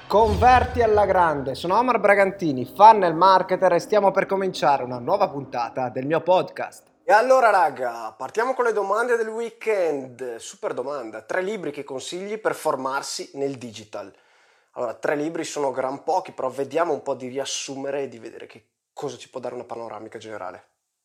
Converti alla grande, sono Omar Bragantini, funnel marketer e stiamo per cominciare una nuova puntata del mio podcast. E allora raga, partiamo con le domande del weekend. Super domanda, 3 libri che consigli per formarsi nel digital. Allora, 3 libri sono gran pochi, però vediamo un po' di riassumere e di vedere che cosa ci può dare una panoramica generale.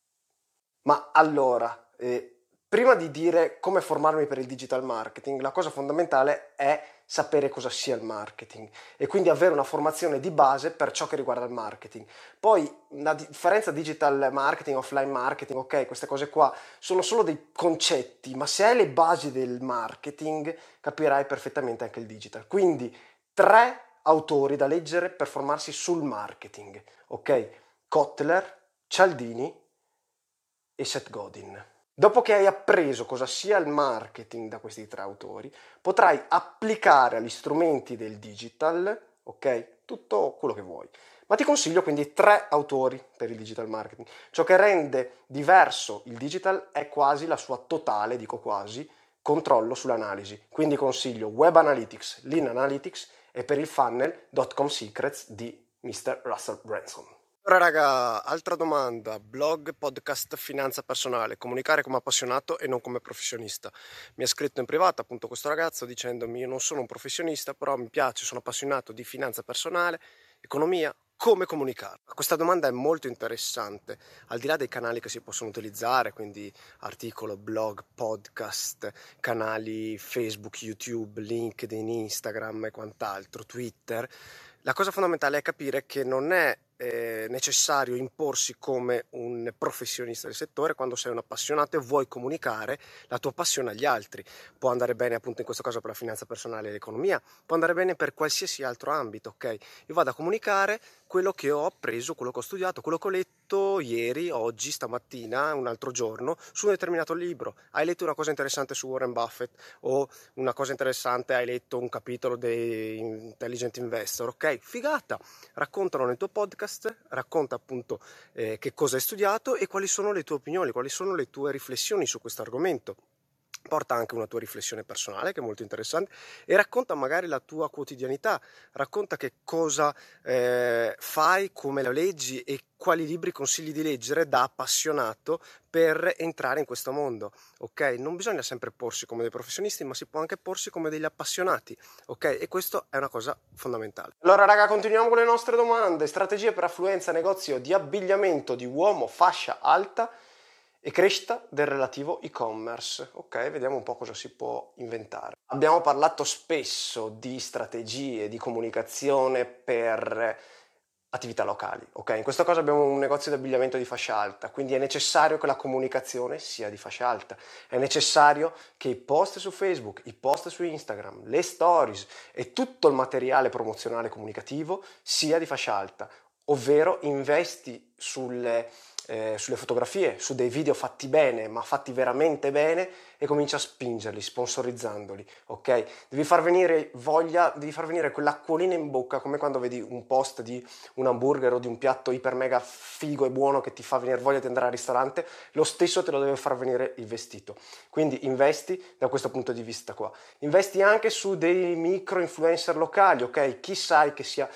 Ma allora, prima di dire come formarmi per il digital marketing, la cosa fondamentale è sapere cosa sia il marketing e quindi avere una formazione di base per ciò che riguarda il marketing. Poi la differenza digital marketing, offline marketing, ok, queste cose qua sono solo dei concetti, ma se hai le basi del marketing capirai perfettamente anche il digital. Quindi 3 autori da leggere per formarsi sul marketing, ok? Kotler, Cialdini e Seth Godin. Dopo che hai appreso cosa sia il marketing da questi 3 autori, potrai applicare agli strumenti del digital, ok? Tutto quello che vuoi. Ma ti consiglio quindi 3 autori per il digital marketing. Ciò che rende diverso il digital è quasi la sua totale, dico quasi, controllo sull'analisi. Quindi consiglio Web Analytics, Lean Analytics e per il funnel .com Secrets di Mr. Russell Branson. Allora raga, altra domanda, blog, podcast, finanza personale, comunicare come appassionato e non come professionista. Mi ha scritto in privato appunto questo ragazzo dicendomi io non sono un professionista, però mi piace, sono appassionato di finanza personale, economia, come comunicare? Questa domanda è molto interessante, al di là dei canali che si possono utilizzare, quindi articolo, blog, podcast, canali Facebook, YouTube, LinkedIn, Instagram e quant'altro, Twitter. La cosa fondamentale è capire che non è necessario imporsi come un professionista del settore quando sei un appassionato e vuoi comunicare la tua passione agli altri. Può andare bene appunto in questo caso per la finanza personale e l'economia, può andare bene per qualsiasi altro ambito, ok? Io vado a comunicare quello che ho appreso, quello che ho studiato, quello che ho letto ieri, oggi, stamattina, un altro giorno, su un determinato libro. Hai letto una cosa interessante su Warren Buffett o una cosa interessante, hai letto un capitolo di Intelligent Investor, ok? Figata! Raccontalo nel tuo podcast, racconta appunto che cosa hai studiato e quali sono le tue opinioni, quali sono le tue riflessioni su questo argomento. Porta anche una tua riflessione personale che è molto interessante e racconta magari la tua quotidianità, racconta che cosa fai, come la leggi e quali libri consigli di leggere da appassionato per entrare in questo mondo, ok? Non bisogna sempre porsi come dei professionisti, ma si può anche porsi come degli appassionati, ok? E questo è una cosa fondamentale. Allora raga, continuiamo con le nostre domande. Strategie per affluenza negozio di abbigliamento di uomo fascia alta e crescita del relativo e-commerce. Ok, vediamo un po' cosa si può inventare. Abbiamo parlato spesso di strategie di comunicazione per attività locali, ok? In questo caso abbiamo un negozio di abbigliamento di fascia alta, quindi è necessario che la comunicazione sia di fascia alta, è necessario che i post su Facebook, i post su Instagram, le stories e tutto il materiale promozionale comunicativo sia di fascia alta, ovvero investi sulle fotografie, su dei video fatti bene, ma fatti veramente bene e comincia a spingerli, sponsorizzandoli, ok? Devi far venire voglia, devi far venire quell'acquolina in bocca, come quando vedi un post di un hamburger o di un piatto iper mega figo e buono che ti fa venire voglia di andare al ristorante, lo stesso te lo deve far venire il vestito. Quindi investi da questo punto di vista qua. Investi anche su dei micro influencer locali, ok? Chi sai che sia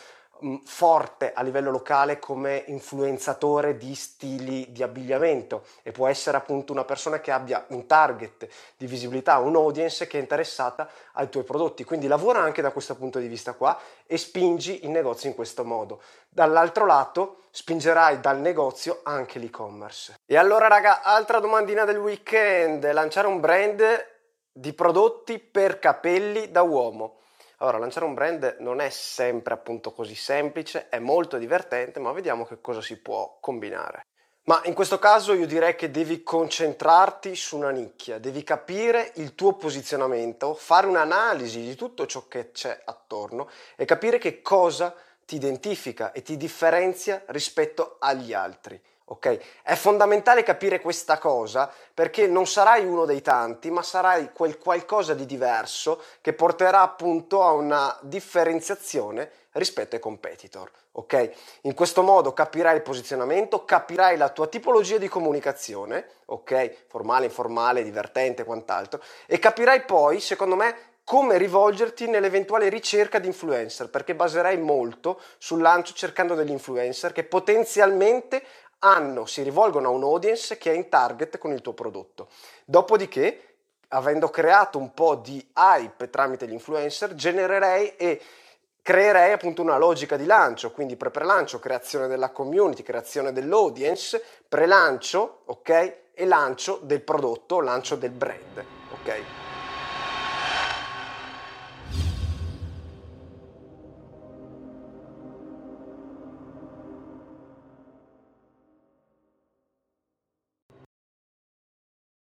forte a livello locale come influenzatore di stili di abbigliamento e può essere appunto una persona che abbia un target di visibilità, un audience che è interessata ai tuoi prodotti, quindi lavora anche da questo punto di vista qua e spingi il negozio in questo modo. Dall'altro lato spingerai dal negozio anche l'e-commerce. E allora raga, altra domandina del weekend: lanciare un brand di prodotti per capelli da uomo. Allora, lanciare un brand non è sempre appunto così semplice, è molto divertente, ma vediamo che cosa si può combinare. Ma in questo caso io direi che devi concentrarti su una nicchia, devi capire il tuo posizionamento, fare un'analisi di tutto ciò che c'è attorno e capire che cosa ti identifica e ti differenzia rispetto agli altri. Ok? È fondamentale capire questa cosa perché non sarai uno dei tanti, ma sarai quel qualcosa di diverso che porterà appunto a una differenziazione rispetto ai competitor. Ok? In questo modo capirai il posizionamento, capirai la tua tipologia di comunicazione, ok? Formale, informale, divertente, quant'altro, e capirai poi, secondo me, come rivolgerti nell'eventuale ricerca di influencer, perché baserei molto sul lancio cercando degli influencer che potenzialmente si rivolgono a un audience che è in target con il tuo prodotto. Dopodiché, avendo creato un po' di hype tramite gli influencer, genererei e creerei appunto una logica di lancio, quindi pre-lancio, creazione della community, creazione dell'audience, pre-lancio, ok? E lancio del prodotto, lancio del brand, ok?